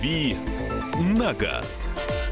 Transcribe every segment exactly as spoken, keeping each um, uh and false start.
«Дави на газ».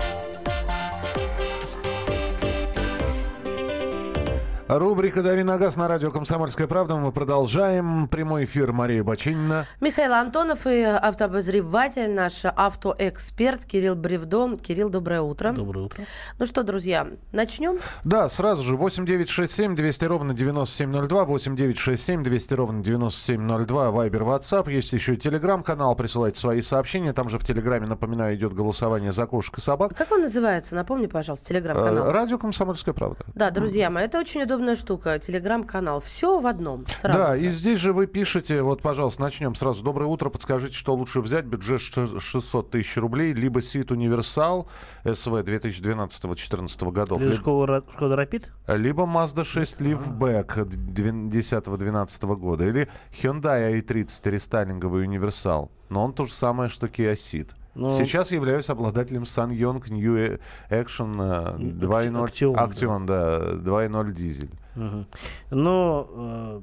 Рубрика «Дави на газ» на радио «Комсомольская правда». Мы продолжаем. Прямой эфир. Мария Бачинина. Михаил Антонов и автообозреватель, наш автоэксперт Кирилл Бревдо. Кирилл, доброе утро. Доброе утро. Ну что, друзья, начнем? Да, сразу же. восемь девятьсот шестьдесят семь двести ровно девяносто семь ноль два. восемь девятьсот шестьдесят семь двести ровно девяносто семь ноль два. Вайбер, Ватсап. Есть еще и Телеграм-канал. Присылайте свои сообщения. Там же в Телеграме, напоминаю, идет голосование за кошек и собак. Как он называется? Напомни, пожалуйста, Телеграм-канал. Радио «Комсомольская правда». Да, друзья мои, это очень удобная штука. Телеграм-канал. Все в одном. Сразу да, же. И здесь же вы пишете, вот, пожалуйста, начнем сразу. Доброе утро, подскажите, что лучше взять? Бюджет шестьсот тысяч рублей, либо Сит Универсал эс ви две тысячи двенадцатого-четырнадцатого годов. Или Шкода Рапид? Либо Mazda шесть Liftback десятого-двенадцатого года. Или Hyundai ай тридцать рестайлинговый Универсал. Но он то же самое, что Kia Ceed. Но... Сейчас являюсь обладателем SsangYong New Action два ноль Action, Action, да, два ноль дизель. Угу. Но э,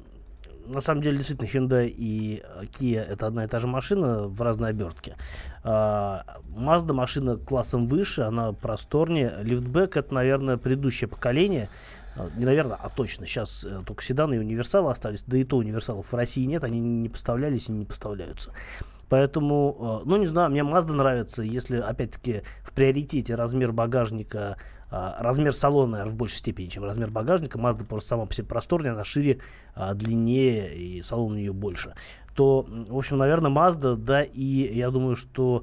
на самом деле действительно Hyundai и Kia это одна и та же машина в разной обертке. Э, Mazda машина классом выше, она просторнее. Liftback это, наверное, предыдущее поколение. Не наверное, а точно. Сейчас э, только седаны и универсалы остались. Да и то универсалов в России нет, они не поставлялись и не поставляются. Поэтому, ну, не знаю, мне Mazda нравится, если, опять-таки, в приоритете размер багажника, размер салона, наверное, в большей степени, чем размер багажника. Mazda просто сама по себе просторнее, она шире, длиннее, и салон у нее больше. То, в общем, наверное, Mazda, да, и я думаю, что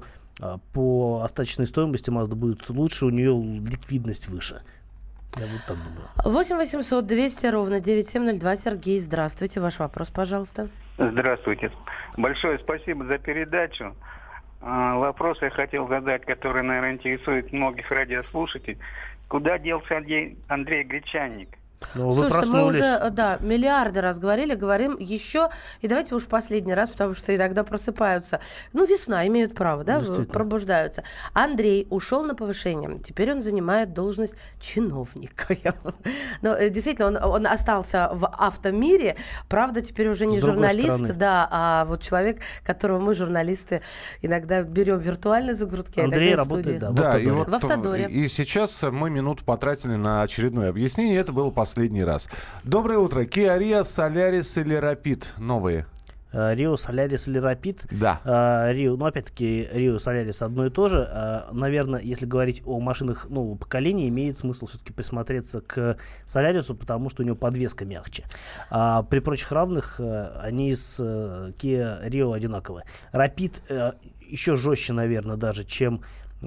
по остаточной стоимости Mazda будет лучше, у нее ликвидность выше. Я вот так думаю. восемь восемьсот двести ровно девяносто семь ноль два. Сергей, здравствуйте. Ваш вопрос, пожалуйста. Здравствуйте. Большое спасибо за передачу. А, вопрос я хотел задать, который, наверное, интересует многих радиослушателей. Куда делся Андрей, Андрей Гречанник? Ну, вы Слушайте, проснулись. мы уже, да, миллиарды раз говорили, говорим еще, и давайте уж последний раз, потому что иногда просыпаются. Ну, весна, имеют право, да, пробуждаются. Андрей ушел на повышение, теперь он занимает должность чиновника. Но действительно, он, он остался в автомире, правда, теперь уже не журналист, да, а вот человек, которого мы, журналисты, иногда берем виртуально за грудки. Андрей работает, да, в да, Автодоре. И, вот, в Автодоре. И сейчас мы минуту потратили на очередное объяснение, это было последний Последний раз. Доброе утро. Kia Rio, Solaris или Rapid новые? Rio, Solaris или Rapid? Да. Rio, ну, опять-таки, Rio, Solaris одно и то же. Наверное, если говорить о машинах нового поколения, имеет смысл все-таки присмотреться к Solaris, потому что у него подвеска мягче. А при прочих равных они с Kia Rio одинаковые. Rapid еще жестче, наверное, даже, чем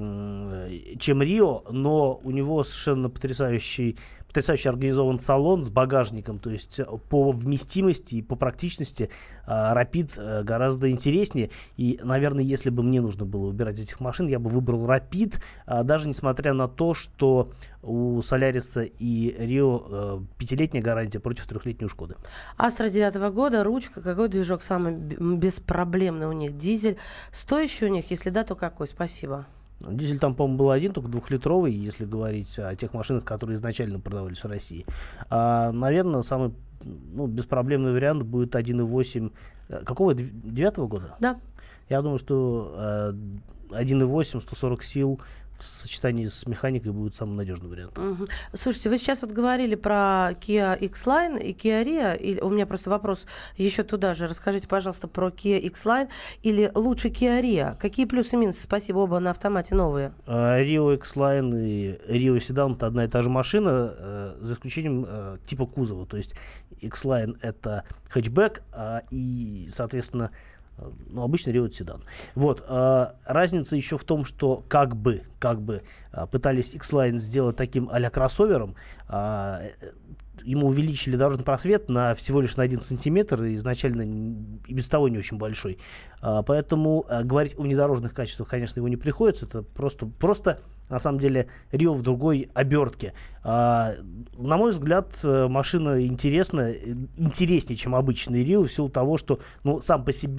чем Rio, но у него совершенно потрясающий, потрясающе организован салон с багажником, то есть по вместимости и по практичности Rapid гораздо интереснее. И, наверное, если бы мне нужно было выбирать этих машин, я бы выбрал Rapid, даже несмотря на то, что у Solaris и Rio пятилетняя гарантия против трехлетней у Шкоды. Астра девятого года, ручка, какой движок самый беспроблемный у них? Дизель стоящий у них? Если да, то какой? Спасибо. Дизель там, по-моему, был один, только двухлитровый, если говорить о тех машинах, которые изначально продавались в России. А, наверное, самый ну, беспроблемный вариант будет один и восемь. Какого? девятого года? Да. Я думаю, что э, один и восемь, сто сорок сил в сочетании с механикой будет самым надежным вариантом. Угу. Слушайте, вы сейчас вот говорили про Kia X-Line и Kia Rio. И у меня просто вопрос еще туда же. Расскажите, пожалуйста, про Kia X-Line или лучше Kia Rio. Какие плюсы и минусы? Спасибо, оба на автомате новые. Rio X-Line и Rio Sedan — это одна и та же машина, э, за исключением э, типа кузова. То есть X-Line — это хэтчбэк, э, и, соответственно, ну, обычно Rio — седан. Вот. Э, разница еще в том, что как бы, как бы э, пытались X-Line сделать таким а-ля кроссовером, э, ему увеличили дорожный просвет на всего лишь на один сантиметр, и изначально и без того не очень большой. Э, поэтому э, говорить о внедорожных качествах, конечно, его не приходится. Это просто, просто на самом деле, Rio в другой обертке. А, на мой взгляд, машина интересная, интереснее, чем обычный Rio, в силу того, что ну, сам по себе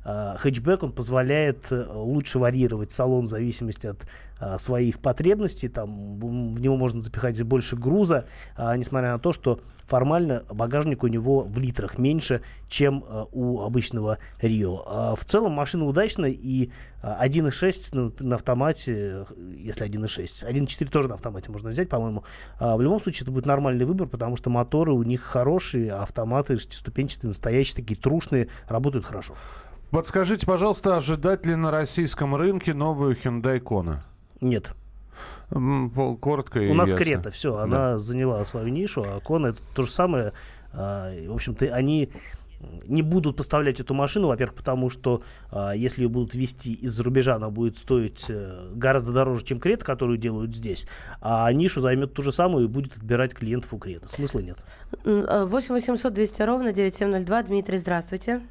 э, хэтчбэк, он позволяет э, лучше варьировать салон в зависимости от э, своих потребностей. Там в, в него можно запихать больше груза, э, несмотря на то, что формально багажник у него в литрах меньше, чем э, у обычного Рио. А в целом машина удачная, и э, один и шесть на, на автомате, если один и шесть, один и четыре тоже на автомате можно взять, по-моему. А в любом случае это будет нормальный выбор, потому что моторы у них хорошие, а автоматы шестиступенчатые, настоящие, такие трушные, работают хорошо. Подскажите, пожалуйста, ожидать ли на российском рынке новую Hyundai Kona? Нет. Коротко и У нас ясно. Крета, все, она да. заняла свою нишу, а Kona это то же самое. В общем-то, они не будут поставлять эту машину, во-первых, потому что э, если ее будут везти из-за рубежа, она будет стоить э, гораздо дороже, чем Крета, которую делают здесь, а нишу займет ту же самую и будет отбирать клиентов у Крета. Смысла нет. восемь восемьсот двести ровно девяносто семь ноль два. Дмитрий, здравствуйте.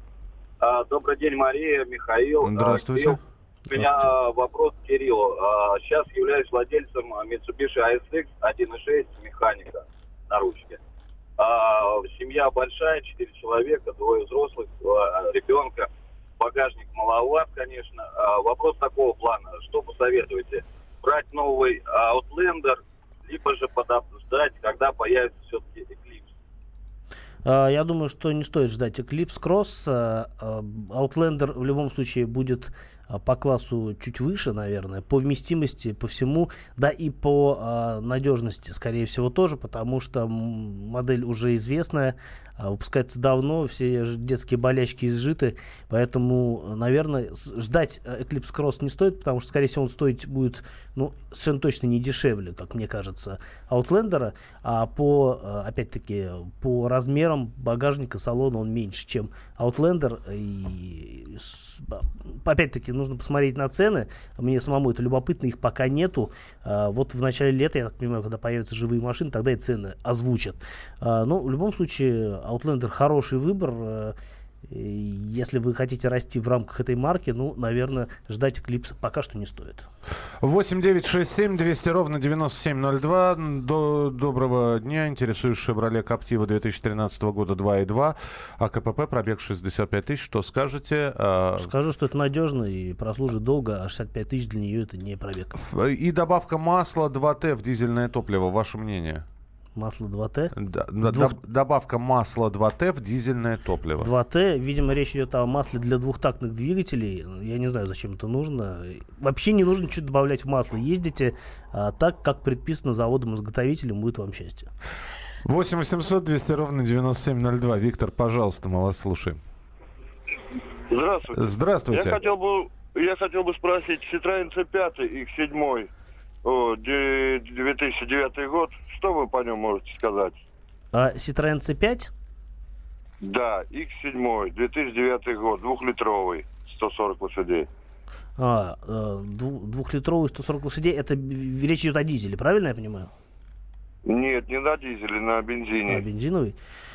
А, добрый день, Мария, Михаил. Здравствуйте. А, у меня а, вопрос к Кириллу. А, сейчас являюсь владельцем Mitsubishi эй эс икс один и шесть механика на ручке. А, семья большая, четыре человека, двое взрослых, а, ребенка. Багажник маловат, конечно. А, вопрос такого плана. Что посоветуете? Брать новый Outlander, либо же подождать, когда появится все-таки Eclipse? Я думаю, что не стоит ждать Eclipse Cross. Outlander в любом случае будет по классу чуть выше, наверное, по вместимости, по всему, да и по э, надежности, скорее всего, тоже, потому что модель уже известная, э, выпускается давно, все детские болячки изжиты, поэтому, наверное, ждать Eclipse Cross не стоит, потому что, скорее всего, он стоить будет, ну, совершенно точно не дешевле, как мне кажется, Outlander, а по, опять-таки, по размерам багажника салона он меньше, чем Outlander, и, опять-таки, нужно посмотреть на цены. Мне самому это любопытно, их пока нету. А, вот в начале лета, я так понимаю, когда появятся живые машины, тогда и цены озвучат. А, но в любом случае, Outlander хороший выбор. А, если вы хотите расти в рамках этой марки, ну, наверное, ждать Eclipse пока что не стоит. восемь девятьсот шестьдесят семь двести ровно девяносто семь ноль два. До, доброго дня. Интересует Chevrolet Captiva две тысячи тринадцатого года два и два. А КПП, пробег шестьдесят пять тысяч. Что скажете? Скажу, что это надежно и прослужит долго, а шестьдесят пять тысяч для нее это не пробег. И добавка масла два тэ в дизельное топливо. Ваше мнение? Масло два тэ? Да, Двух... Добавка масла два тэ в дизельное топливо. два тэ, видимо, речь идет о масле для двухтактных двигателей. Я не знаю, зачем это нужно. Вообще не нужно ничего добавлять в масло. Ездите а, так, как предписано заводом-изготовителем, будет вам счастье. восемь восемьсот двести ровно девяносто семь ноль два. Виктор, пожалуйста, мы вас слушаем. Здравствуйте. Здравствуйте. Я хотел бы, я хотел бы спросить, Citroёn си пять икс семь, о, две тысячи девятый год, что вы по нему можете сказать? А Citroёn си пять? Да, икс семь, две тысячи девятый год, двухлитровый, сто сорок лошадей. А, двухлитровый, сто сорок лошадей, это речь идет о дизеле, правильно я понимаю? Нет, не на дизеле, на бензине. А, бензиновый?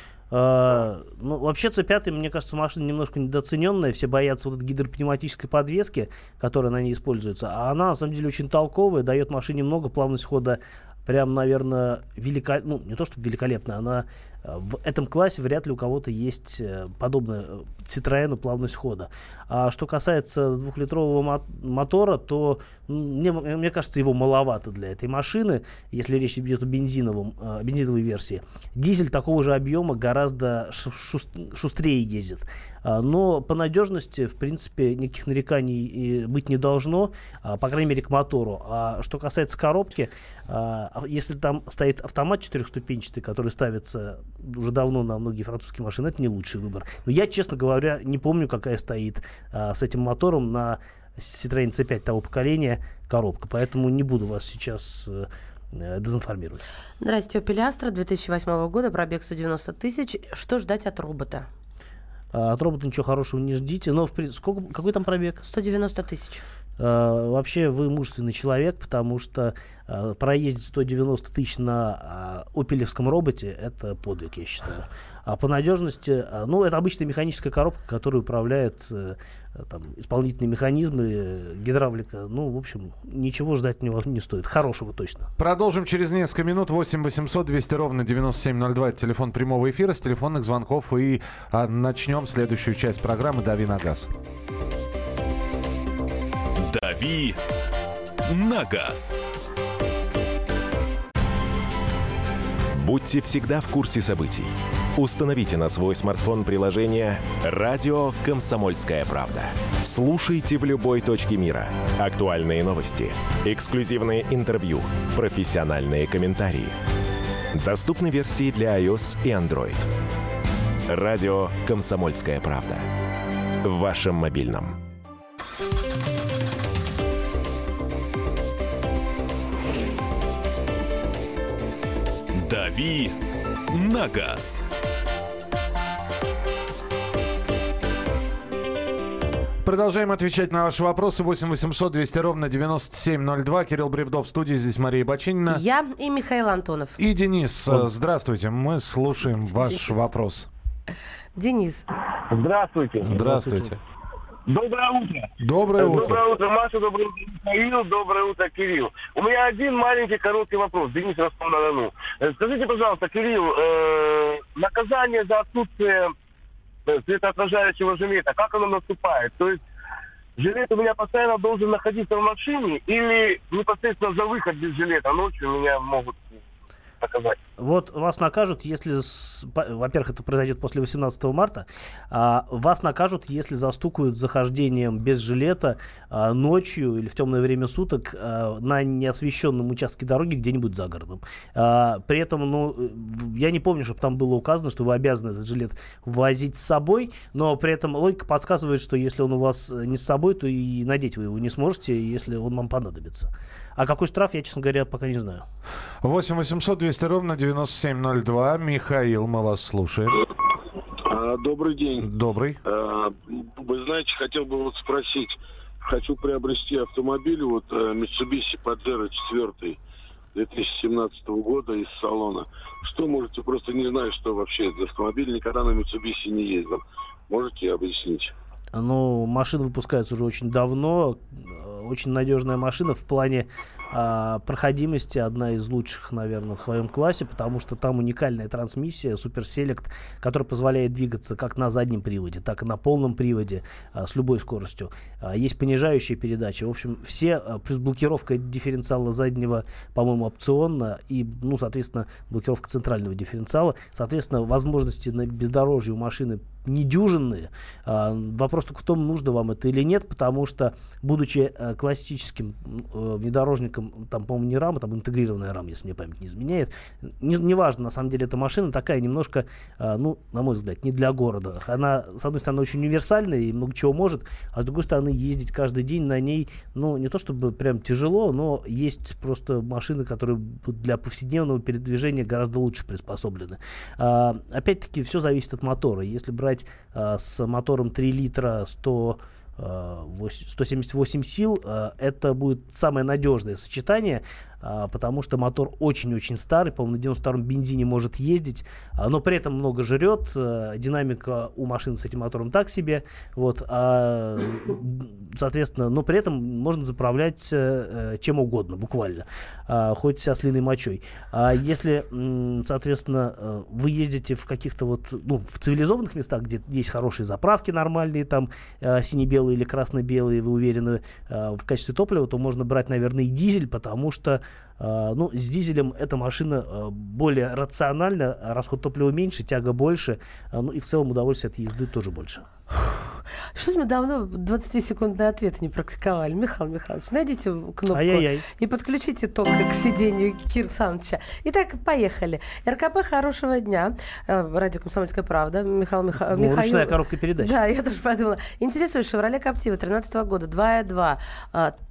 А, ну, вообще си пять, мне кажется, машина немножко недооцененная. Все боятся вот этой гидропневматической подвески, которая на ней используется. А она, на самом деле, очень толковая, дает машине много плавность хода. Прям, наверное, великолепно, ну, не то чтобы великолепно, она в этом классе вряд ли у кого-то есть подобная Citroёn плавность хода. А что касается двухлитрового мо- мотора, то мне, мне кажется, его маловато для этой машины, если речь идет о бензиновом, э, бензиновой версии. Дизель такого же объема гораздо шуст, шустрее ездит. А, но по надежности, в принципе, никаких нареканий быть не должно, а, по крайней мере, к мотору. А что касается коробки, а, если там стоит автомат четырехступенчатый, который ставится уже давно на многие французские машины, это не лучший выбор. Но я, честно говоря, не помню, какая стоит а, с этим мотором на Citroёn си пять того поколения коробка, поэтому не буду вас сейчас э, дезинформировать. Здравствуйте, Opel Astra две тысячи восьмого года, пробег сто девяносто тысяч. Что ждать от робота? А, от робота ничего хорошего не ждите, но в принципе, сколько, какой там пробег? сто девяносто тысяч. Uh, вообще вы мужественный человек, потому что uh, проездить сто девяносто тысяч на uh, опелевском роботе — это подвиг, я считаю. А по надежности, uh, ну, это обычная механическая коробка, которая управляет uh, там, исполнительные механизмы, гидравлика. Ну, в общем, ничего ждать от него не стоит. Хорошего точно. Продолжим через несколько минут. восемь восемьсот двести ровно девяносто семь ноль два. Это телефон прямого эфира с телефонных звонков. И а, начнем следующую часть программы «Дави на газ». «Дави на газ». Будьте всегда в курсе событий. Установите на свой смартфон приложение «Радио Комсомольская правда». Слушайте в любой точке мира. Актуальные новости, эксклюзивные интервью, профессиональные комментарии. Доступны версии для iOS и Android. «Радио Комсомольская правда». В вашем мобильном. «Дави на газ». Продолжаем отвечать на ваши вопросы. восемь восемьсот двести ровно девяносто семь ноль два. Кирилл Бревдов в студии. Здесь Мария Бачинина. Я и Михаил Антонов. И Денис. Он. Здравствуйте. Мы слушаем ваш Денис. вопрос. Денис. Здравствуйте. Здравствуйте. Доброе утро. Доброе утро. Доброе утро, Маша. Доброе утро, Михаил. Доброе утро, Кирилл. У меня один маленький короткий вопрос. Денис, Ростов-на-Дону. Скажите, пожалуйста, Кирилл, э, наказание за отсутствие светоотражающего жилета, как оно наступает? То есть жилет у меня постоянно должен находиться в машине или непосредственно за выход без жилета ночью меня могут наказать? Вот вас накажут, если, с, во-первых, это произойдет после восемнадцатого марта, а, вас накажут, если застукают захождением без жилета а, ночью или в темное время суток а, на неосвещенном участке дороги где-нибудь за городом. А, при этом, ну, я не помню, чтобы там было указано, что вы обязаны этот жилет возить с собой, но при этом логика подсказывает, что если он у вас не с собой, то и надеть вы его не сможете, если он вам понадобится. А какой штраф, я, честно говоря, пока не знаю. восемь восемьсот двести ровно девяносто семь ноль два. Михаил, мы вас слушаем. Добрый день. Добрый. Вы знаете, хотел бы вот спросить. Хочу приобрести автомобиль, вот Mitsubishi Pajero четыре две тысячи семнадцатого года из салона. Что можете, просто не знаю, что вообще это за автомобиль, никогда на Mitsubishi не ездил. Можете объяснить? Ну, машина выпускается уже очень давно. Очень надежная машина в плане а, проходимости. Одна из лучших, наверное, в своем классе, потому что там уникальная трансмиссия Super Select, которая позволяет двигаться как на заднем приводе, так и на полном приводе а, с любой скоростью. А, есть понижающие передачи. В общем, все, а, плюс блокировка дифференциала заднего, по-моему, опционна, и, ну, соответственно, блокировка центрального дифференциала. Соответственно, возможности на бездорожье у машины недюжинные. А, вопрос только в том, нужно вам это или нет, потому что, будучи а, классическим э, внедорожником, там, по-моему, не рама, там интегрированная рама, если мне память не изменяет, не, не важно, на самом деле, эта машина такая немножко, а, ну, на мой взгляд, не для города. Она, с одной стороны, очень универсальная и много чего может, а с другой стороны, ездить каждый день на ней, ну, не то чтобы прям тяжело, но есть просто машины, которые для повседневного передвижения гораздо лучше приспособлены. А, опять-таки, все зависит от мотора. Если брать а, с мотором три литра сто семьдесят восемь сил, это будет самое надежное сочетание, потому что мотор очень-очень старый, по-моему, на девяносто втором бензине может ездить, но при этом много жрет, динамика у машин с этим мотором так себе, вот, а, соответственно, но при этом можно заправлять чем угодно, буквально, хоть ослиной мочой. А если, соответственно, вы ездите в каких-то вот, ну, в цивилизованных местах, где есть хорошие заправки нормальные, там, сине-белые или красно-белые, вы уверены в качестве топлива, то можно брать, наверное, и дизель, потому что Uh, ну, с дизелем эта машина uh, более рациональна, расход топлива меньше, тяга больше, uh, ну и в целом удовольствие от езды тоже больше. Что-то мы давно двадцатисекундные ответы не практиковали. Михаил Михайлович, найдите кнопку Ай-яй-яй. и подключите ток к сидению Кира Саныча. Итак, поехали. РКП, хорошего дня. Радио «Комсомольская правда». Михаил Михайлович. Ну, ручная коробка передач. Да, я тоже подумала. Интересует Chevrolet Captiva тринадцатого года, два и два.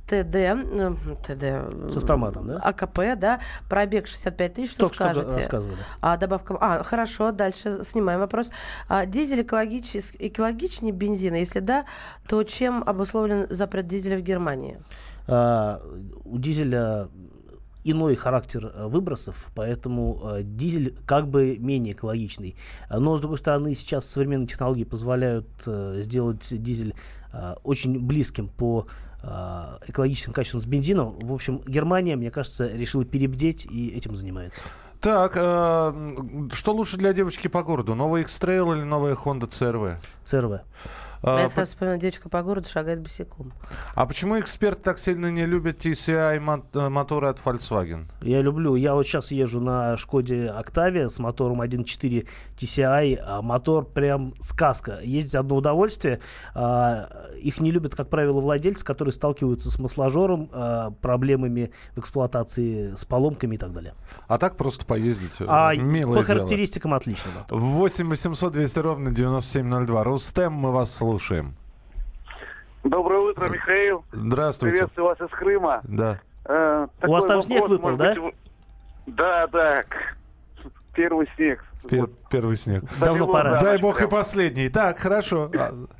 ТД, ТД с автоматом, да? АКП, да, пробег шестьдесят пять тысяч, что Только скажете? что рассказывали. А, добавка... а, хорошо, дальше снимаем вопрос. А, дизель экологичес... экологичнее бензина? Если да, то чем обусловлен запрет дизеля в Германии? А, у дизеля иной характер выбросов, поэтому э, дизель как бы менее экологичный. Но, с другой стороны, сейчас современные технологии позволяют э, сделать дизель э, очень близким по э, экологическим качествам с бензином. В общем, Германия, мне кажется, решила перебдеть и этим занимается. Так, э, что лучше для девочки по городу? Новый X-Trail или новая Honda си эр ви? си эр ви. Я сразу вспоминаю, девочка по городу шагает босиком. А почему эксперт так сильно не любит ти си ай моторы от Volkswagen? Я люблю. Я вот сейчас езжу на Шкоде Октавия с мотором один и четыре ти си ай. А мотор прям сказка. Ездить одно удовольствие. А, их не любят, как правило, владельцы, которые сталкиваются с масложором, а, проблемами в эксплуатации, с поломками и так далее. А так просто поездить. А Милое по характеристикам дело. Отлично. Да. восемь восемьсот двести ровно девяносто семь ноль два. Рустем, мы вас слушаем. Слушаем. Доброе утро, Михаил. Здравствуйте. Приветствую вас из Крыма. Да. Э, У вас там вопрос, снег выпал, да? Быть... Да, да. Первый снег. Пер- вот. Первый снег. Давно Давило, пора. да, Дай бог прям. и последний. Так, хорошо.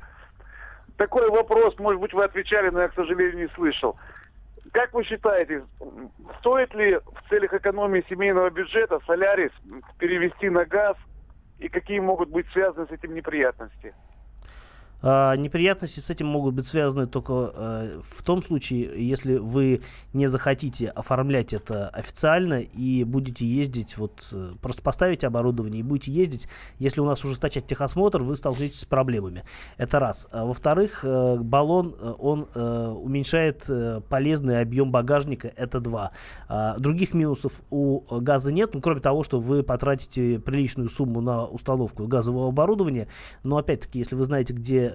Такой вопрос, может быть, вы отвечали, но я, к сожалению, не слышал. Как вы считаете, стоит ли в целях экономии семейного бюджета Солярис перевести на газ, и какие могут быть связаны с этим неприятности? А, неприятности с этим могут быть связаны только э, в том случае, если вы не захотите оформлять это официально и будете ездить, вот э, просто поставите оборудование и будете ездить. Если у нас ужесточать техосмотр, вы столкнетесь с проблемами. Это раз. А, во-вторых, э, баллон, э, он э, уменьшает э, полезный объем багажника. Это два. А, других минусов у газа нет, ну, кроме того, что вы потратите приличную сумму на установку газового оборудования. Но опять-таки, если вы знаете, где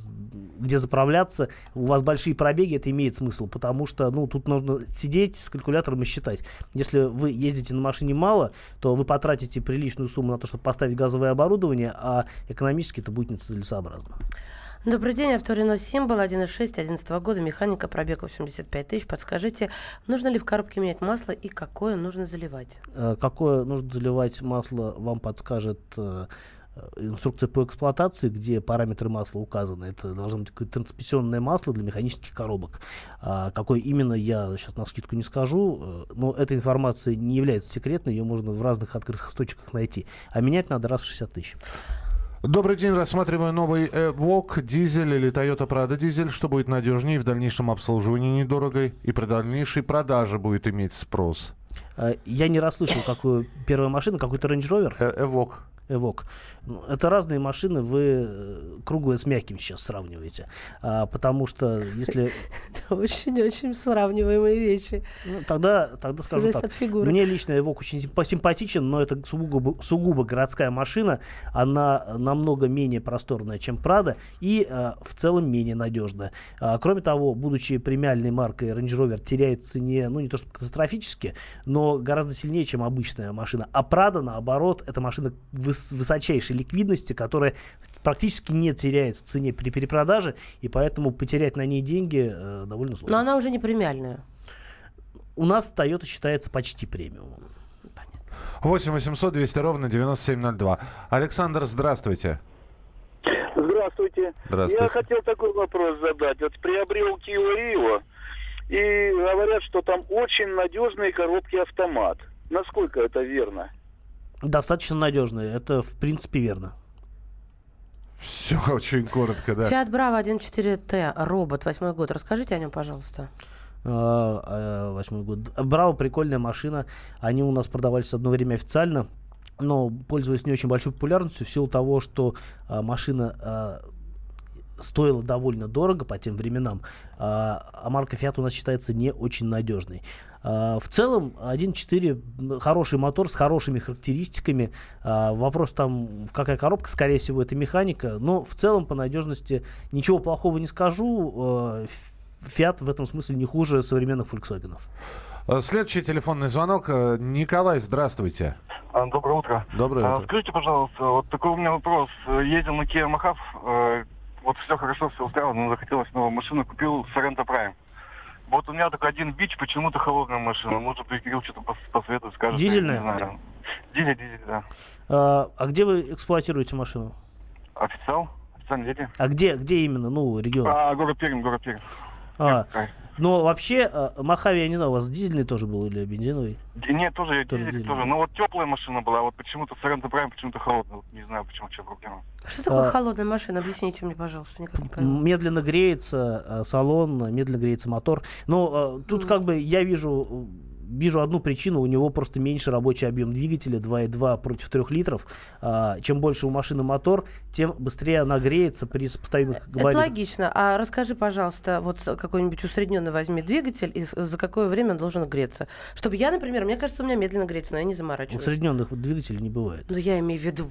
где заправляться, у вас большие пробеги, это имеет смысл, потому что, ну, тут нужно сидеть с калькулятором и считать. Если вы ездите на машине мало, то вы потратите приличную сумму на то, чтобы поставить газовое оборудование, а экономически это будет нецелесообразно. Добрый день, авто Рено Символ, один и шесть, одиннадцатого года, механика, пробег восемьдесят пять тысяч. Подскажите, нужно ли в коробке менять масло и какое нужно заливать? Какое нужно заливать масло, вам подскажет инструкция по эксплуатации, где параметры масла указаны. Это должно быть какое-то трансмиссионное масло для механических коробок. А какое именно, я сейчас навскидку не скажу, но эта информация не является секретной, ее можно в разных открытых источниках найти. А менять надо раз в шестьдесят тысяч. Добрый день, рассматриваю новый Evoque, дизель или Toyota Prado дизель, что будет надежнее, в дальнейшем обслуживании недорого и при дальнейшей продаже будет иметь спрос. Я не расслышал, какую первая машина, какой-то Range Rover? Evoque. Evoque. Это разные машины, вы круглые с мягким сейчас сравниваете. А, потому что если... Это очень-очень сравниваемые вещи. Ну, тогда, тогда скажу так. Мне лично Evoque очень симпатичен, но это сугубо, сугубо городская машина. Она намного менее просторная, чем Prado, и а, в целом менее надежная. А, кроме того, будучи премиальной маркой, Range Rover теряет в цене, ну не то что катастрофически, но гораздо сильнее, чем обычная машина. А Prado, наоборот, это машина выс- высочайшей ликвидности, которая практически не теряется в цене при перепродаже, и поэтому потерять на ней деньги э, довольно сложно. Но она уже не премиальная. У нас Toyota считается почти премиумом. восемь восемьсот двести ровно девяносто семь ноль два. Александр, здравствуйте. Здравствуйте. Здравствуйте. Я хотел такой вопрос задать. Вот приобрел Kia Rio, и говорят, что там очень надежные коробки автомат. Насколько это верно? Достаточно надежные. Это, в принципе, верно. Все очень коротко, да. Fiat Bravo один четыре тэ, робот, восьмой год. Расскажите о нем, пожалуйста. Восьмой год. Браво, прикольная машина. Они у нас продавались одно время официально, но пользуясь не очень большой популярностью в силу того, что а, машина а, стоила довольно дорого по тем временам, а, а марка Fiat у нас считается не очень надежной. А, в целом один и четыре хороший мотор с хорошими характеристиками. А, вопрос там, какая коробка, скорее всего, это механика, но в целом по надежности ничего плохого не скажу. А, Fiat в этом смысле не хуже современных Volkswagen. Следующий телефонный звонок. Николай, здравствуйте. Доброе утро. Доброе утро. А, скажите, пожалуйста, вот такой у меня вопрос. Ездил на Kia Mahav, э, вот все хорошо, все устраивало, но захотелось новую машину, купил Sorento Prime. Вот у меня только один бич, почему-то холодная машина. Может быть, Кирилл что-то пос- посоветует, скажет. Дизельная? Не знаю. Дизель, дизель, да. А, а где вы эксплуатируете машину? Официал? Официальный дети? А где, где именно, ну, регион? А, город Пермь, город Пермь. А, но вообще, Мохаве, я не знаю, у вас дизельный тоже был или бензиновый? Нет, тоже, тоже дизель дизель. тоже. Но вот теплая машина была, вот почему-то Соренто Прайм почему-то холодная. Вот не знаю, почему, что проблема. Что такое А, холодная машина? Объясните мне, пожалуйста, никак не понимаю. Медленно греется э, салон, медленно греется мотор. Но э, тут Мгм. как бы я вижу, вижу одну причину, у него просто меньше рабочий объем двигателя, два и два против трёх литров. А, чем больше у машины мотор, тем быстрее она греется при сопоставимых Это габаритах. логично. А расскажи, пожалуйста, вот какой-нибудь усредненный возьми двигатель, и с- за какое время он должен греться? Чтобы я, например, мне кажется, у меня медленно греется, но я не заморачиваюсь. Усредненных двигателей не бывает. Ну, я имею в виду...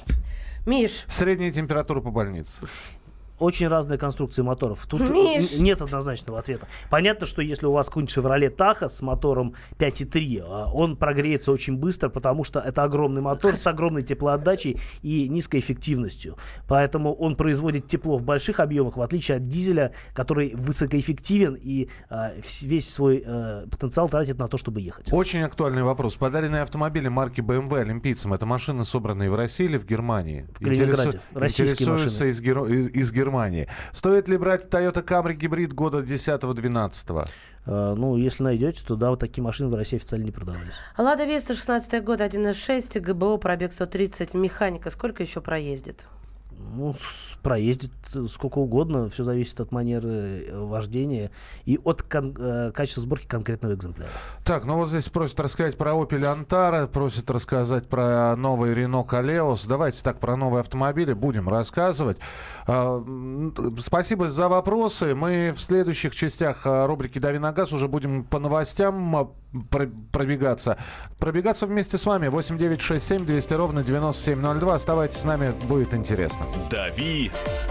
Миш, Средняя температура по больнице. Очень разные конструкции моторов. Тут Миш! н- нет однозначного ответа. Понятно, что если у вас какой-нибудь Chevrolet Tahoe с мотором пять и три, а, он прогреется очень быстро, потому что это огромный мотор с огромной теплоотдачей и низкой эффективностью. Поэтому он производит тепло в больших объемах, в отличие от дизеля, который высокоэффективен и а, вс- весь свой а, потенциал тратит на то, чтобы ехать. Очень актуальный вопрос. Подаренные автомобили марки бэ эм вэ олимпийцам — это машины, собранные в России или в Германии? В Калининграде. Российские Интересуются машины. из, Гер- из- из Германии. Стоит ли брать Toyota Camry гибрид года десятого-двенадцатого? А, ну, если найдете, то да, вот такие машины в России официально не продавались. Лада Веста, шестнадцатый год, один и шесть, ГБО, пробег сто тридцать, механика. Сколько еще проездит? Ну, с- проездит э, сколько угодно, все зависит от манеры э, вождения и от кон- э, качества сборки конкретного экземпляра. Так, ну вот здесь просят рассказать про Opel Antara, просят рассказать про новый Renault Koleos. Давайте так, про новые автомобили будем рассказывать. А, м, Спасибо за вопросы. Мы в следующих частях а, рубрики «Дави на газ» уже будем по новостям а, про- пробегаться. Пробегаться вместе с вами. восемь девять шесть семь двести ровно девяносто семь ноль два. Оставайтесь с нами, будет интересно. «Дави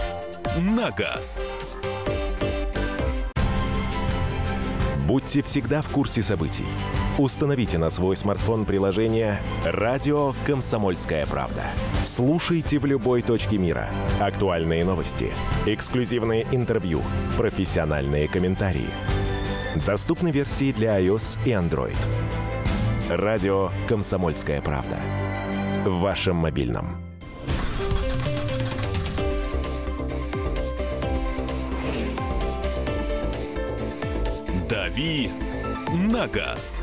на газ». Будьте всегда в курсе событий. Установите на свой смартфон приложение «Радио Комсомольская правда». Слушайте в любой точке мира. Актуальные новости, эксклюзивные интервью, профессиональные комментарии. Доступны версии для iOS и Android. «Радио Комсомольская правда». В вашем мобильном. «Дави на газ».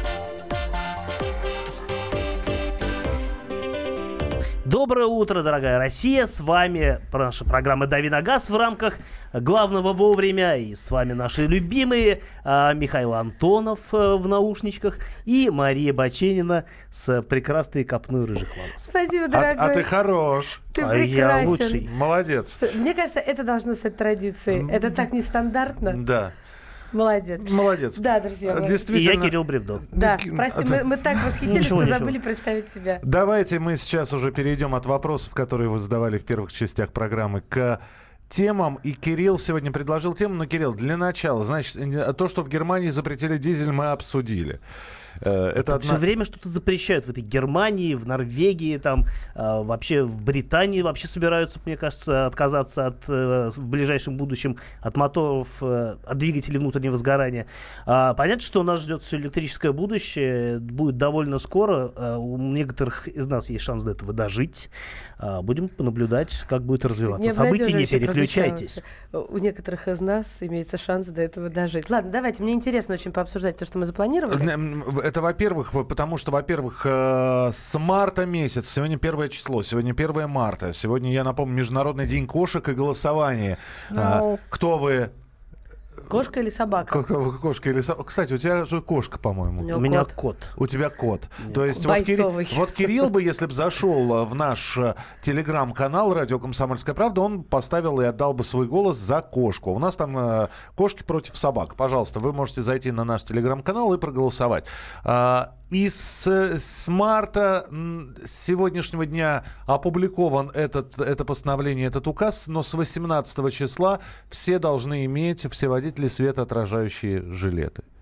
Доброе утро, дорогая Россия! С вами наша программа «Дави на газ» в рамках главного вовремя. И с вами наши любимые а, Михаил Антонов а, в наушничках и Мария Баченина с прекрасной копной рыжих волос. Спасибо, А, дорогой. а ты хорош. Ты А прекрасен. я лучший. Молодец. Мне кажется, это должно стать традицией. Это так нестандартно. Да. Молодец. Молодец. Да, друзья мои. И Действительно. я Кирилл Бревдо. Да, Ну, прости, мы, мы так восхитились, Ничего, что ничего. забыли представить тебя. Давайте мы сейчас уже перейдем от вопросов, которые вы задавали в первых частях программы, к темам. И Кирилл сегодня предложил тему. Но, Кирилл, для начала, значит, то, что в Германии запретили дизель, мы обсудили. Э, Это Все одна... время что-то запрещают в этой Германии, в Норвегии, там э, вообще в Британии вообще собираются, мне кажется, отказаться от, э, в ближайшем будущем от моторов, э, от двигателей внутреннего сгорания. А, понятно, что нас ждет все электрическое будущее, будет довольно скоро. А, у некоторых из нас есть шанс до этого дожить. А, будем понаблюдать, как будет развиваться события. Не обнадеживающе переключайтесь. прозвучало. У некоторых из нас имеется шанс до этого дожить. Ладно, давайте, мне интересно очень пообсуждать то, что мы запланировали. Это, во-первых, потому что, во-первых, э, с марта месяца, сегодня первое число, сегодня первое марта, сегодня, я напомню, Международный день кошек и голосование. No. А, кто вы? Кошка или собака? Ко- Кошка или собака? Кстати, у тебя же кошка, по-моему. У него У меня кот. кот. У тебя кот. То есть вот, Кири- Бойцовый. вот Кирилл бы, если бы зашел в наш э, телеграм-канал «Радио Комсомольская правда», он поставил и отдал бы свой голос за кошку. У нас там э, кошки против собак. Пожалуйста, вы можете зайти на наш телеграм-канал и проголосовать. А, И с, с марта, м, с сегодняшнего дня опубликован этот, это постановление, этот указ, но с восемнадцатого числа все должны иметь, все водители, светоотражающие жилеты.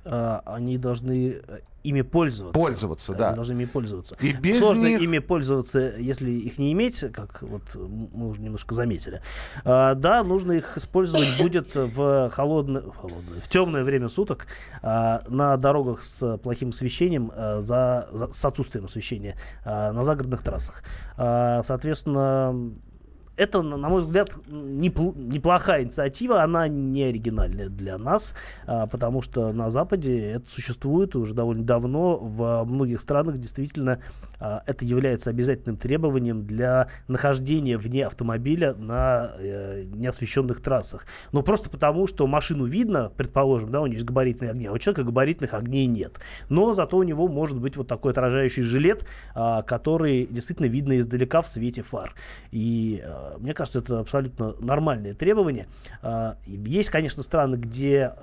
они должны ими пользоваться. Пользоваться, да. Они должны ими пользоваться. И без Сложно них... ими пользоваться, если их не иметь, как вот мы уже немножко заметили. А, да, нужно их использовать будет в холодное, холодное, в темное время суток а, на дорогах с плохим освещением, а, за, за, с отсутствием освещения а, на загородных трассах. А, соответственно, это, на мой взгляд, непл- неплохая инициатива, она не оригинальная для нас, а, потому что на Западе это существует уже довольно давно. Во многих странах действительно а, это является обязательным требованием для нахождения вне автомобиля на э, неосвещенных трассах. Но просто потому, что машину видно, предположим, да, у нее есть габаритные огни, а у человека габаритных огней нет. Но зато у него может быть вот такой отражающий жилет, а, который действительно видно издалека в свете фар. И мне кажется, это абсолютно нормальные требования. Есть, конечно, страны, где,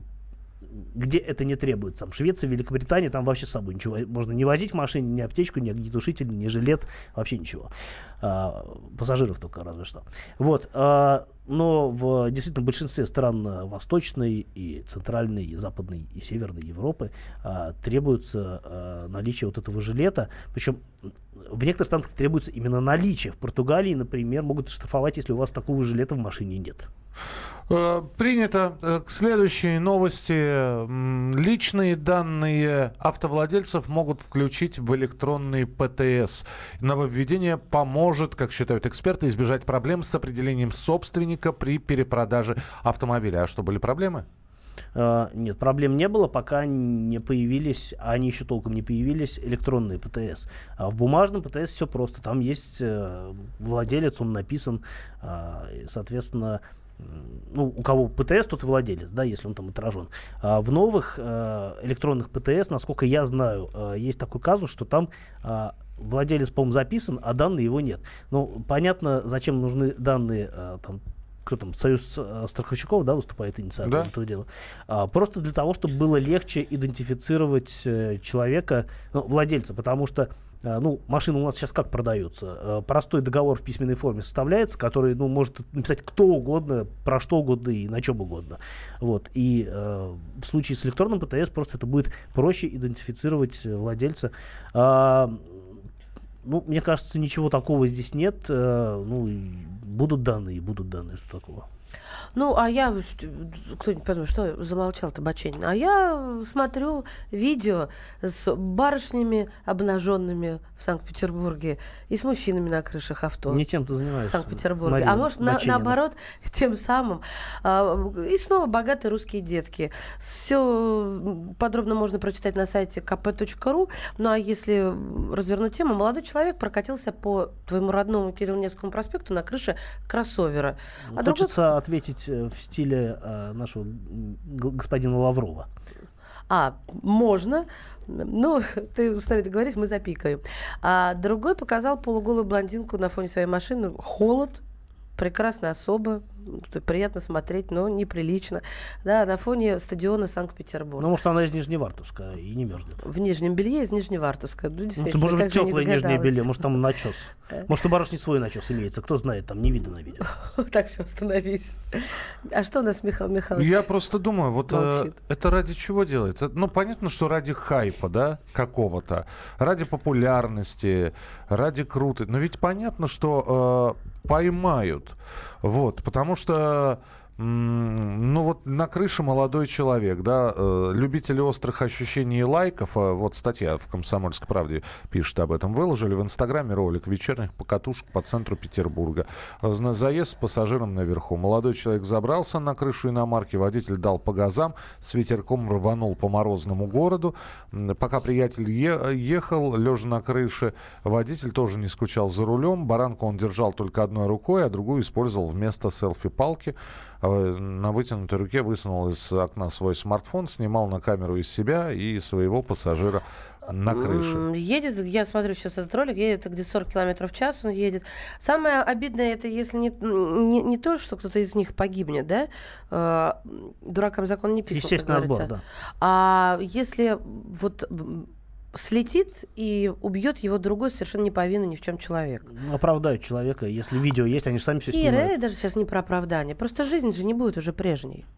где это не требуется. Там Швеция, Великобритания, там вообще с собой ничего можно не возить в машине, ни аптечку, ни огнетушитель, ни жилет, вообще ничего. Пассажиров только разве что. Вот. Но в действительно большинстве стран Восточной и Центральной, и Западной, и Северной Европы а, требуется а, наличие вот этого жилета. Причем в некоторых странах требуется именно наличие. В Португалии, например, могут штрафовать, если у вас такого жилета в машине нет. Принято. К следующей новости. Личные данные автовладельцев могут включить в электронный ПТС. Нововведение поможет, как считают эксперты, избежать проблем с определением собственника при перепродаже автомобиля. А что, были проблемы? Uh, нет, проблем не было, пока не появились, а они еще толком не появились, электронные ПТС. А в бумажном ПТС все просто. Там есть uh, владелец, он написан, uh, и, соответственно, ну, у кого ПТС, тот и владелец, да, если он там отражен. А в новых э, электронных ПТС, насколько я знаю, э, есть такой казус, что там э, владелец, по-моему, записан, а данные его нет. Ну, понятно, зачем нужны данные, э, там, кто там, Союз э, страховщиков, да, выступает инициатором да. этого дела. А, просто для того, чтобы было легче идентифицировать э, человека, ну, владельца, потому что ну, машина у нас сейчас как продается? Простой договор в письменной форме составляется, который, ну, может написать кто угодно, про что угодно и на чем угодно. Вот. И э, в случае с электронным ПТС просто это будет проще идентифицировать владельца. А, ну, мне кажется, ничего такого здесь нет. А, ну, будут данные, будут данные, что такого. Ну, а я, кто-нибудь подумает, что замолчал-то Баченин, а я смотрю видео с барышнями обнаженными в Санкт-Петербурге и с мужчинами на крышах авто. Не тем ты занимаешься. В Санкт-Петербурге. Марина а может, на, наоборот, тем самым. А, и снова богатые русские детки. Все подробно можно прочитать на сайте ка пэ точка ру. Ну, а если развернуть тему, молодой человек прокатился по твоему родному Кирилл-Невскому проспекту на крыше кроссовера. А Хочется другой... ответить в стиле э, нашего господина Лаврова. А, можно. Ну, ты с нами договорись, мы запикаем. А другой показал полуголую блондинку на фоне своей машины. Холод. Прекрасная особа, приятно смотреть, но неприлично. Да, на фоне стадиона Санкт-Петербурга. Ну, может, она из Нижневартовска и не мерзнет. В нижнем белье из Нижневартовска. Ну, может, может быть, теплое нижнее белье, может, там начес. Может, у барышни свой начес имеется, кто знает, там не видно на видео. Так, все, остановись. А что у нас, Михаил Михайлович? Я просто думаю, вот э, это ради чего делается? Ну, понятно, что ради хайпа, да, какого-то, ради популярности, ради крутости. Но ведь понятно, что э, поймают. Вот, потому что ну вот на крыше молодой человек, да, э, любители острых ощущений и лайков, э, вот статья в «Комсомольской правде» пишет об этом, выложили в Инстаграме ролик вечерних покатушек по центру Петербурга. Заезд с пассажиром наверху. Молодой человек забрался на крышу иномарки, водитель дал по газам, с ветерком рванул по морозному городу. Пока приятель е- ехал, лежа на крыше, водитель тоже не скучал за рулем. Баранку он держал только одной рукой, а другую использовал вместо селфи-палки. На вытянутой руке высунул из окна свой смартфон, снимал на камеру из себя и своего пассажира на крыше. Едет, я смотрю сейчас этот ролик, едет где сорок километров в час он едет. Самое обидное, это если не, не, не то, что кто-то из них погибнет, да, э, дуракам закон не писан, естественно, как говорится. Отбор, да. А если вот слетит и убьет его другой совершенно не повинный ни в чем человек. Оправдают человека, если видео есть, они же сами все Ира, снимают. это даже сейчас не про оправдание. Просто жизнь же не будет уже прежней.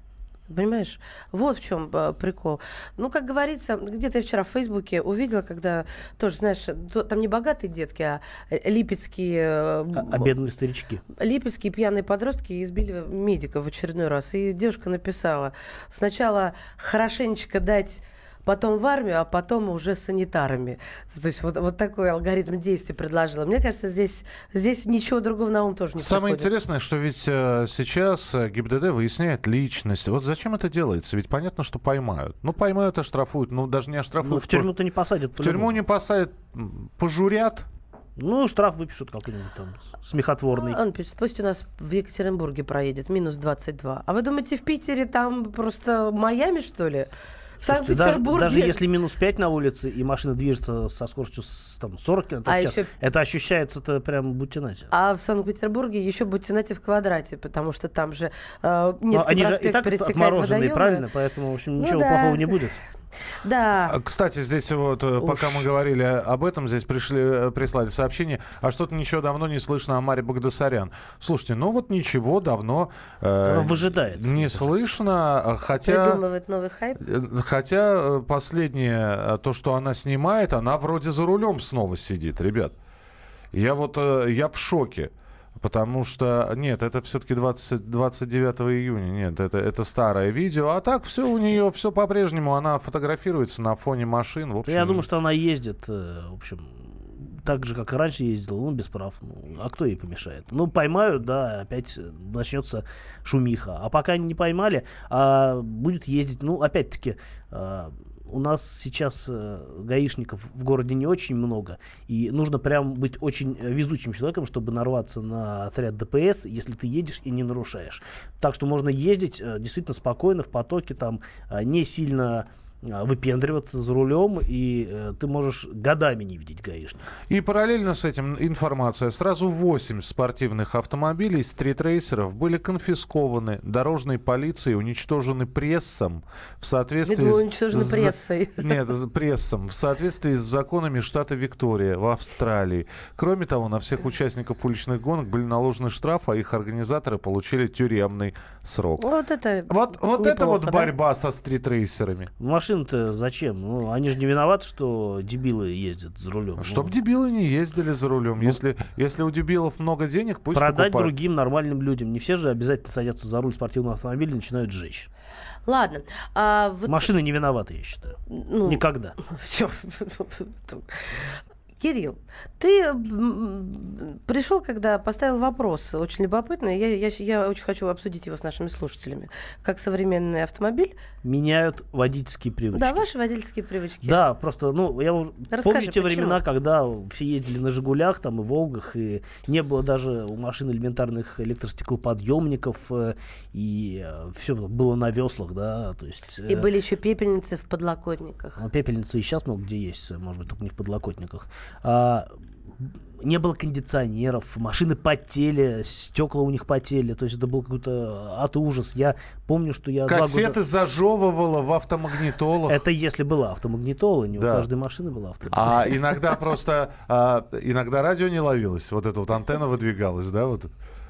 Понимаешь? Вот в чем э, прикол. Ну, как говорится, где-то я вчера в Фейсбуке увидела, когда тоже, знаешь, то, там не богатые детки, а липецкие... Э, а, а бедные старички. Липецкие пьяные подростки избили медика в очередной раз. И девушка написала: сначала хорошенечко дать... потом в армию, а потом уже санитарами. То есть вот, вот такой алгоритм действий предложила. Мне кажется, здесь, здесь ничего другого на ум тоже не Самое приходит. интересное, что ведь э, сейчас ГИБДД выясняет личность. Вот зачем это делается? Ведь понятно, что поймают. Ну, поймают, оштрафуют. Ну, даже не оштрафуют. Ну, в тюрьму-то не посадят. В тюрьму не посадят, пожурят. Ну, штраф выпишут какой-нибудь там смехотворный. Он пишет, пусть у нас в Екатеринбурге проедет минус двадцать два. А вы думаете, в Питере там просто Майами, что ли? В Санкт-Петербурге... Даже, даже если минус пять на улице, и машина движется со скоростью с, там, сорок километров в а час, еще... это ощущается-то прям будьте нате. А в Санкт-Петербурге еще будьте нате в квадрате, потому что там же э, Невский они проспект же и так пересекает отмороженные, водоемы. правильно? Поэтому, в общем, ну, ничего да. плохого не будет. Да. Кстати, здесь вот, Уж. пока мы говорили об этом, здесь пришли, прислали сообщение, а что-то ничего давно не слышно о Маре Багдасарян. Слушайте, ну вот ничего давно э, выжидает, не слышно, хотя... Придумывает новый хайп. Хотя последнее, то, что она снимает, она вроде за рулем снова сидит, ребят. Я вот, я в шоке. Потому что, нет, это все-таки двадцать, двадцать девятого июня, нет, это, это старое видео. А так все у нее, все по-прежнему, она фотографируется на фоне машин. В общем... Я думаю, что она ездит, в общем, так же, как и раньше ездила, ну, без прав. Ну, а кто ей помешает? Ну, поймают, да, опять начнется шумиха. А пока не поймали, а будет ездить, ну, опять-таки... У нас сейчас э, гаишников в городе не очень много, и нужно прям быть очень везучим человеком, чтобы нарваться на отряд ДПС, если ты едешь и не нарушаешь. Так что можно ездить э, действительно спокойно, в потоке, там, э, не сильно э, выпендриваться за рулем, и э, ты можешь годами не видеть гаишников. И параллельно с этим информация. Сразу восемь спортивных автомобилей стритрейсеров были конфискованы дорожной полицией, уничтожены прессом в соответствии с... уничтожены с... прессой. Нет, прессом. В соответствии с законами штата Виктория в Австралии. Кроме того, на всех участников уличных гонок были наложены штрафы, а их организаторы получили тюремный срок. Вот это Вот, вот неплохо, это вот да? борьба со стритрейсерами. Машины-то зачем? Ну, они же не виноваты, что дебилы ездят за рулем. Чтоб ну, дебилы не ездили за рулем. Ну, если, если у дебилов много денег, пусть продать покупают. другим нормальным людям. Не все же обязательно садятся за руль спортивного автомобиля и начинают жечь. Ладно. А, вот... Машины не виноваты, я считаю. Ну, никогда. Кирилл, ты пришел, когда поставил вопрос очень любопытный. Я, я, я очень хочу обсудить его с нашими слушателями. Как современный автомобиль меняют водительские привычки. Да, ваши водительские привычки. Да, просто, ну, я Расскажи, помню те почему? времена, когда все ездили на «Жигулях» там, и «Волгах», и не было даже у машин элементарных электростеклоподъемников, и все было на веслах, да, то есть... И были еще пепельницы в подлокотниках. Ну, пепельницы и сейчас много где есть, может быть, только не в подлокотниках. А, не было кондиционеров, машины потели, стекла у них потели, то есть это был какой-то ад и ужас. Я помню, что я... Кассеты года... зажевывало в автомагнитолах. Это если была автомагнитола, не да. у каждой машины была автомагнитола. А иногда просто, иногда радио не ловилось, вот эта вот антенна выдвигалась, да, вот?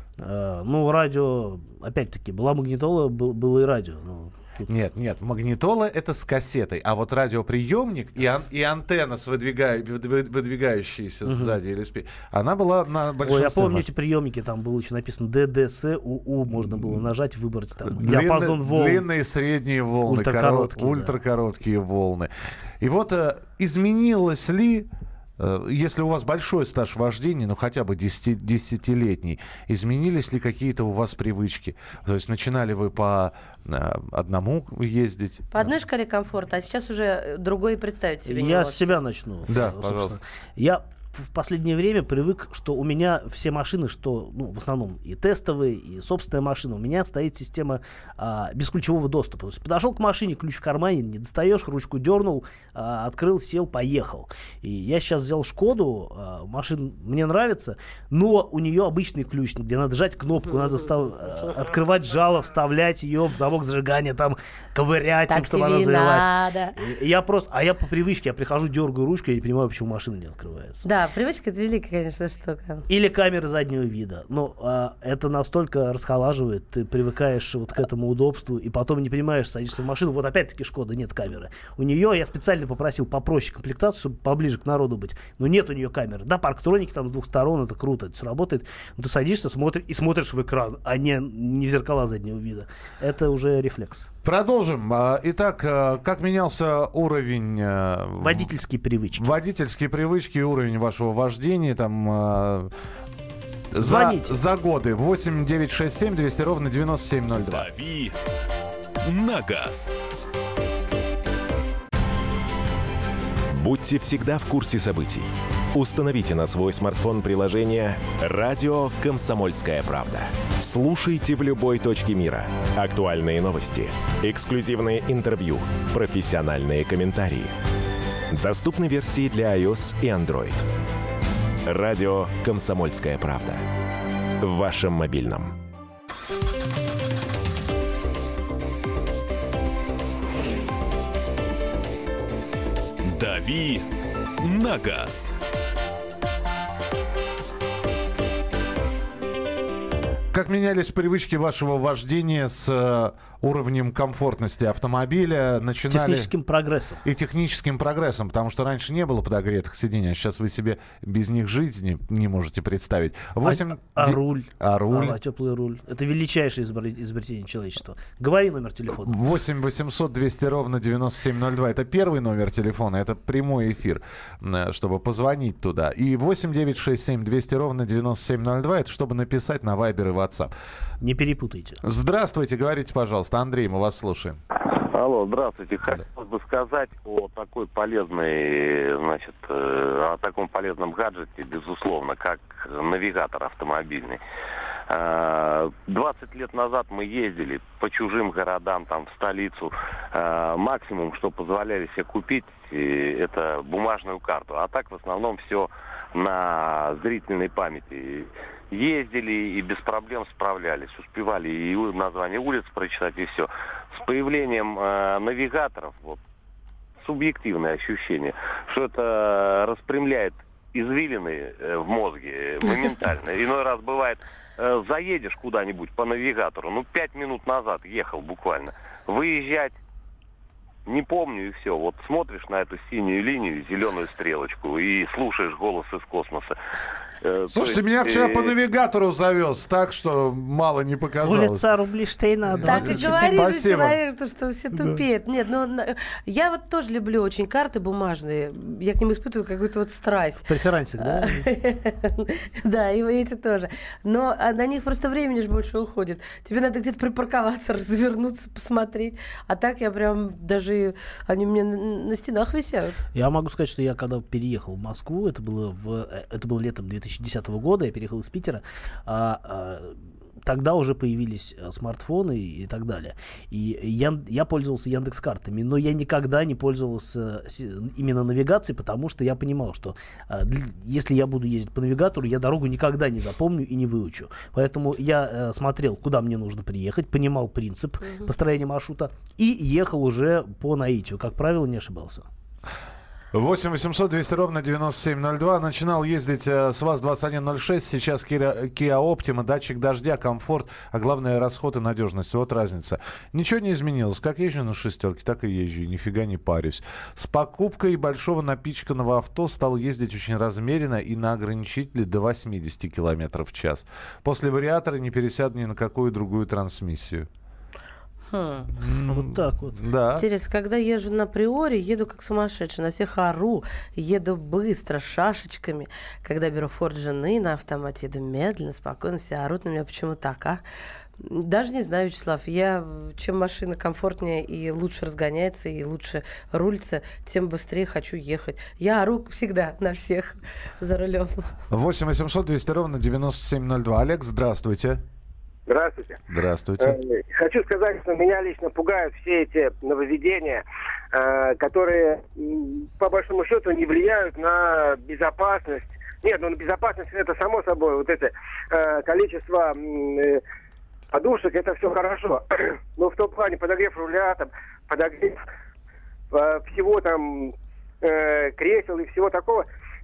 Ну, радио, опять-таки, была магнитола, был, было и радио, ну... Нет, нет, магнитола это с кассетой, а вот радиоприемник и, ан- и антенна с выдвига- выдвигающейся uh-huh. сзади или спереди, она была на большинстве. Ой, я помню эти приемники, там было еще написано ди ди эс у у, можно было нажать, выбрать там Длинные, диапазон волн. Длинные, средние волны, ультракороткие, коро- ультракороткие да. волны. И вот э, изменилось ли, э, если у вас большой стаж вождения, ну хотя бы десятилетний, изменились ли какие-то у вас привычки? То есть начинали вы по одному ездить. По одной шкале комфорта, а сейчас уже другой представить себе не Я можете. с себя начну. Да, пожалуйста. Я в последнее время привык, что у меня все машины, что, ну, в основном и тестовые, и собственная машина, у меня стоит система а, бесключевого доступа. То есть подошел к машине, ключ в кармане, не достаешь, ручку дернул, а, открыл, сел, поехал. И я сейчас взял Шкоду, а, машина мне нравится, но у нее обычный ключ, где надо жать кнопку, надо став... открывать жало, вставлять ее в замок зажигания, там ковырять, им, чтобы она завелась. И я просто, а я по привычке, я прихожу, дергаю ручку, я не понимаю, почему машина не открывается. Да, Да, привычка — это великая, конечно, штука. Или камеры заднего вида. Но а, это настолько расхолаживает, ты привыкаешь вот к этому удобству, и потом не понимаешь, садишься в машину, вот опять-таки Шкода, нет камеры. У нее, я специально попросил попроще комплектацию, чтобы поближе к народу быть, но нет у нее камеры. Да, парктроники там с двух сторон, это круто, это все работает, но ты садишься, смотришь и смотришь в экран, а не, не в зеркала заднего вида. Это уже рефлекс. Продолжим. Итак, как менялся уровень... Водительские привычки. Водительские привычки и уровень вашего вождения, там... За, за годы. восемь девятьсот шестьдесят семь двести ровно девяносто семь ноль два. Дави на газ. Будьте всегда в курсе событий. Установите на свой смартфон приложение «Радио Комсомольская правда». Слушайте в любой точке мира. Актуальные новости, эксклюзивные интервью, профессиональные комментарии. Доступны версии для iOS и Android. «Радио Комсомольская правда». В вашем мобильном. Дави на газ. Как менялись привычки вашего вождения с э, уровнем комфортности автомобиля? Начинали... Техническим прогрессом. И техническим прогрессом, потому что раньше не было подогретых сидений, а сейчас вы себе без них жить не, не можете представить. восемь... А, а руль? А руль? А, теплый руль. Это величайшее изобретение человечества. Говори номер телефона. восемь восемьсот двести ровно девяносто семь ноль два. Это первый номер телефона, это прямой эфир, чтобы позвонить туда. И восемь девятьсот шестьдесят семь двести ровно девяносто семь ноль два, это чтобы написать на Viber и WhatsApp. Не перепутайте. Здравствуйте, говорите, пожалуйста. Андрей, мы вас слушаем. Алло, здравствуйте. Хотелось бы сказать о такой полезной, значит, о таком полезном гаджете, безусловно, как навигатор автомобильный. двадцать лет назад мы ездили по чужим городам, там, в столицу. Максимум, что позволяли себе купить, это бумажную карту. А так, в основном, все на зрительной памяти. Ездили и без проблем справлялись. Успевали и название улиц прочитать, и все. С появлением э, навигаторов, вот, субъективное ощущение, что это распрямляет извилины э, в мозге моментально. Иной раз бывает, э, заедешь куда-нибудь по навигатору, ну, пять минут назад ехал буквально. Выезжать не помню, и все. Вот смотришь на эту синюю линию, зеленую стрелочку, и слушаешь голос из космоса. Слушайте, есть, меня вчера э... по навигатору завез так, что мало не показалось. Улица Рублиштейна. Так и говорит же человек, что, что все тупеют. Да. Нет, ну, я вот тоже люблю очень карты бумажные. Я к ним испытываю какую-то вот страсть. Преферансик, да? Да, и эти тоже. Но на них просто времени же больше уходит. Тебе надо где-то припарковаться, развернуться, посмотреть. А так я прям даже... Они у меня на стенах висят. Я могу сказать, что я когда переехал в Москву, это было, в, это было летом две тысячи десятого года, я переехал из Питера, а, а, тогда уже появились смартфоны и так далее. И я, я пользовался Яндекс.Картами, но я никогда не пользовался именно навигацией, потому что я понимал, что а, если я буду ездить по навигатору, я дорогу никогда не запомню и не выучу. Поэтому я а, смотрел, куда мне нужно приехать, понимал принцип uh-huh. построения маршрута и ехал уже по наитию. Как правило, не ошибался. восемь восемьсот двести ровно девяносто семь ноль два. Начинал ездить э, с ВАЗ двадцать один ноль шесть. Сейчас Kia, Kia Optima, датчик дождя, комфорт, а главное расход и надежность. Вот разница. Ничего не изменилось. Как езжу на шестерке, так и езжу. И нифига не парюсь. С покупкой большого напичканного авто стал ездить очень размеренно и на ограничителе до восемьдесят километров в час. После вариатора не пересяду ни на какую другую трансмиссию. Хм. Вот так вот. Да. Интересно, когда езжу на Приоре, еду как сумасшедший, на всех ору, еду быстро, шашечками. Когда беру Форд жены на автомате, еду медленно, спокойно, все орут на меня. Почему так, а? Даже не знаю, Вячеслав, я, чем машина комфортнее и лучше разгоняется, и лучше рулится, тем быстрее хочу ехать. Я ору всегда на всех за рулем. восемь восемьсот двести ровно девяносто семь ноль два. Олег, здравствуйте. Здравствуйте. Здравствуйте. Хочу сказать, что меня лично пугают все эти нововведения, которые, по большому счету, не влияют на безопасность. Нет, ну на безопасность это само собой. Вот это количество подушек, это все хорошо. Но в том плане подогрев руля, там, подогрев всего там кресел и всего такого,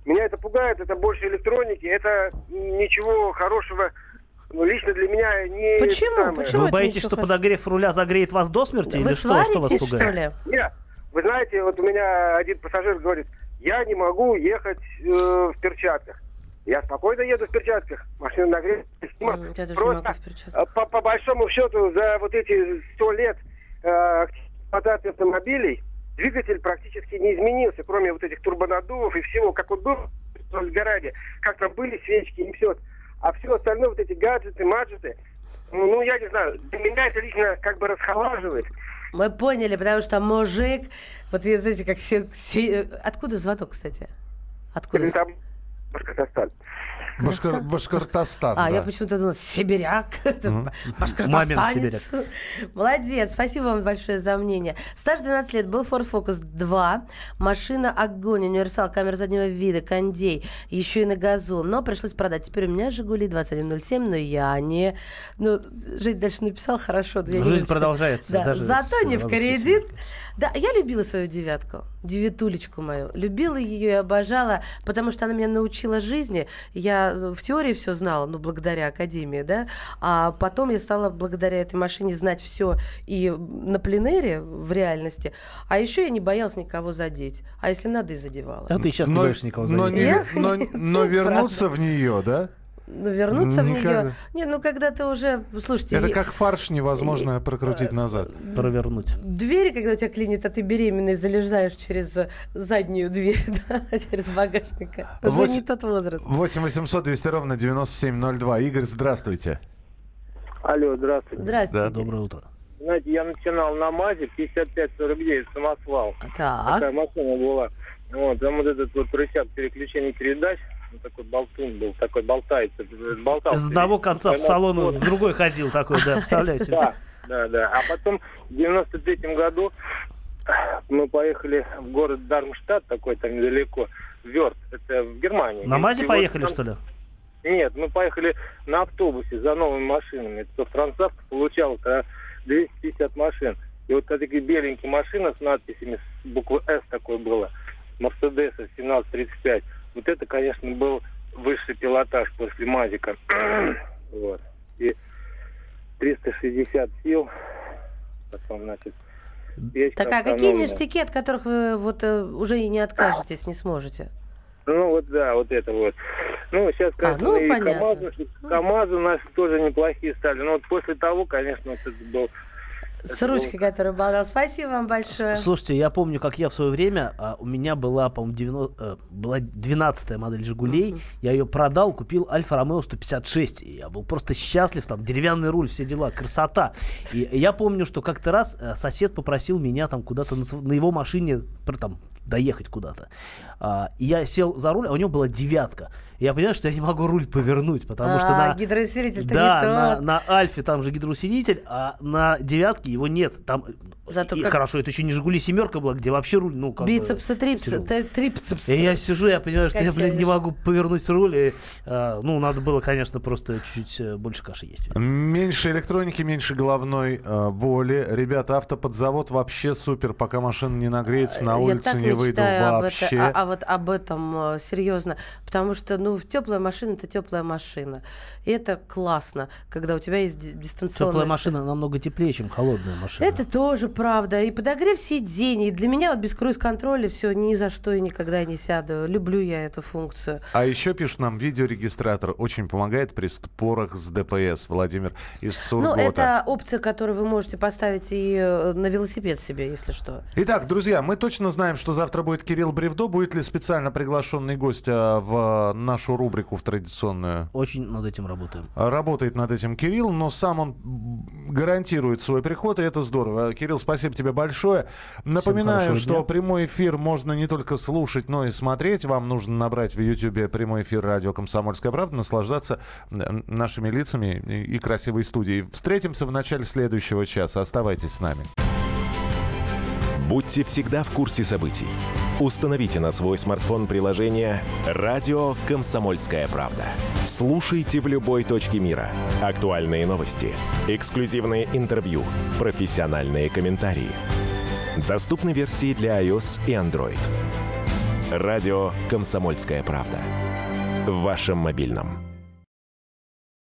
Меня это пугает, это больше электроники, это ничего хорошего, ну, лично для меня не... Почему? Самое. Почему Вы это боитесь, ничего что хорошего? подогрев руля загреет вас до смерти? Вы или что, что вас сваритесь, пугает? что ли? Нет, вы знаете, вот у меня один пассажир говорит, я не могу ехать э, в перчатках. Я спокойно еду в перчатках, машина нагрета. Mm, я тоже не могу в перчатках. По, по большому счету, за вот эти сто лет э, эксплуатации автомобилей двигатель практически не изменился, кроме вот этих турбонаддувов и всего, как он был в Сгораде, как там были свечки и все. А все остальное, вот эти гаджеты, маджеты, ну, ну, я не знаю, для меня это лично как бы расхолаживает. Мы поняли, потому что мужик, вот я, знаете, как все, все... Откуда звонок, кстати? Откуда? Башкортостан. Башкор... Башкортостан, А, да. я почему-то думала, сибиряк, Mm-hmm. башкортостанец. Молодец, спасибо вам большое за мнение. Стаж двенадцать лет, был Ford Focus два, машина огонь, универсал, камера заднего вида, кондей, еще и на газу, но пришлось продать. Теперь у меня Жигули двадцать один ноль семь, но я не... Ну, Жень дальше написал хорошо. Я Жизнь не продолжается. да. Даже Зато не в кредит. семьей. Да, я любила свою девятку, девятулечку мою. Любила ее и обожала, потому что она меня научила жизни. Я в теории все знала, ну, благодаря академии, да, а потом я стала благодаря этой машине знать все и на пленэре в реальности, а еще я не боялась никого задеть, а если надо, и задевала. А ты сейчас но, не боишься никого но, задеть. не, Я- но, но вернуться в нее, да? Ну, вернуться Никогда. в нее... Не, ну, когда ты уже... Слушайте, Это и- как фарш невозможно прокрутить назад. Провернуть. двери, когда у тебя клинит, а ты беременный, залезаешь через заднюю дверь, да, через багажник. Уже Вось- не тот возраст. восемь восемьсот двести ровно девяносто семь ноль два. Игорь, здравствуйте. Алло, здравствуйте. Здравствуйте. Да, Доброе утро. Знаете, я начинал на МАЗе пятьдесят пять сорок девять самосвал. Так. Такая машина была. Вот, там вот этот вот рычаг переключения передач, ну, такой болтун был, такой болтается. Болтался. С одного конца в салон в другой ходил такой, да, представляете? Да, да, да. А потом в девяносто третьем году мы поехали в город Дармштадт, такой там недалеко, Вёрт, это в Германии. На МАЗе И поехали, вот что ли? Нет, мы поехали на автобусе за новыми машинами. Это Трансавто получал тогда двести пятьдесят машин. И вот такие беленькие машины с надписями, с буквы «С» такое было, Мерседеса семнадцать тридцать пять. Вот это, конечно, был высший пилотаж после МАЗика. Вот. И триста шестьдесят сил. Потом, значит, печка Так, а какие автономная. ништяки, от которых вы вот э, уже и не откажетесь, не сможете? Ну вот да, вот это вот. Ну сейчас, конечно, ну, и понятно. КамАЗы, КамАЗы наши тоже неплохие стали. Но вот после того, конечно, вот это был... С это ручкой, был- которая болтала. Спасибо вам большое. Слушайте, я помню, как я в свое время, а, у меня была, по-моему, девяносто, э, была двенадцатая модель «Жигулей», я ее продал, купил Альфа Ромео сто пятьдесят шесть, и я был просто счастлив, там, деревянный руль, все дела, красота. И я помню, что как-то раз э, сосед попросил меня там куда-то на, св- на его машине, про- там, доехать куда-то. А, и я сел за руль, а у него была девятка. И я понимаю, что я не могу руль повернуть, потому что А, на... гидроусилитель-то Да, не на, тот. на Альфе там же гидроусилитель, а на девятке его нет. Там Зато и как- хорошо, это еще не Жигули семерка была, где вообще руль, ну как бы, Бицепсы, трипсы, тяжело. т- трипцепсы. И я сижу, я понимаю, что я, блин, не Качаешь. могу повернуть руль. И, а, ну, надо было, конечно, просто чуть-чуть э, больше каши есть. Меньше электроники, меньше головной э, боли. Ребята, автоподзавод вообще супер. Пока машина не нагреется, на Я улицу так не выйду мечтаю об вообще. это- а, а вот об этом э, серьезно, потому что, ну, теплая машина — это теплая машина, и это классно, когда у тебя есть ди- дистанционная. Теплая машина намного теплее, чем холодная машина. Это тоже правда. И подогрев сидений. Для меня вот без круиз-контроля все ни за что и никогда не сяду. Люблю я эту функцию. А еще пишут нам, видеорегистратор очень помогает при спорах с ДПС. Владимир из Сургута. Ну, это опция, которую вы можете поставить и э, на велосипед себе, если что. Итак, друзья, мы точно знаем, что завтра будет Кирилл Бревдо. Будет ли специально приглашенный гость а, в нашу рубрику, в традиционную? Очень над этим работаем. Работает над этим Кирилл, но сам он гарантирует свой приход, и это здорово. Кирилл, спасибо тебе большое. Напоминаю, хорошего что дня. прямой эфир можно не только слушать, но и смотреть. Вам нужно набрать в Ютьюбе прямой эфир радио «Комсомольская правда», наслаждаться э, нашими лицами и, и красивой студией. Встретимся в начале следующего часа. Оставайтесь с нами. Будьте всегда в курсе событий. Установите на свой смартфон приложение «Радио Комсомольская правда». Слушайте в любой точке мира. Актуальные новости, эксклюзивные интервью, профессиональные комментарии. Доступны версии для iOS и Android. Радио «Комсомольская правда». В вашем мобильном.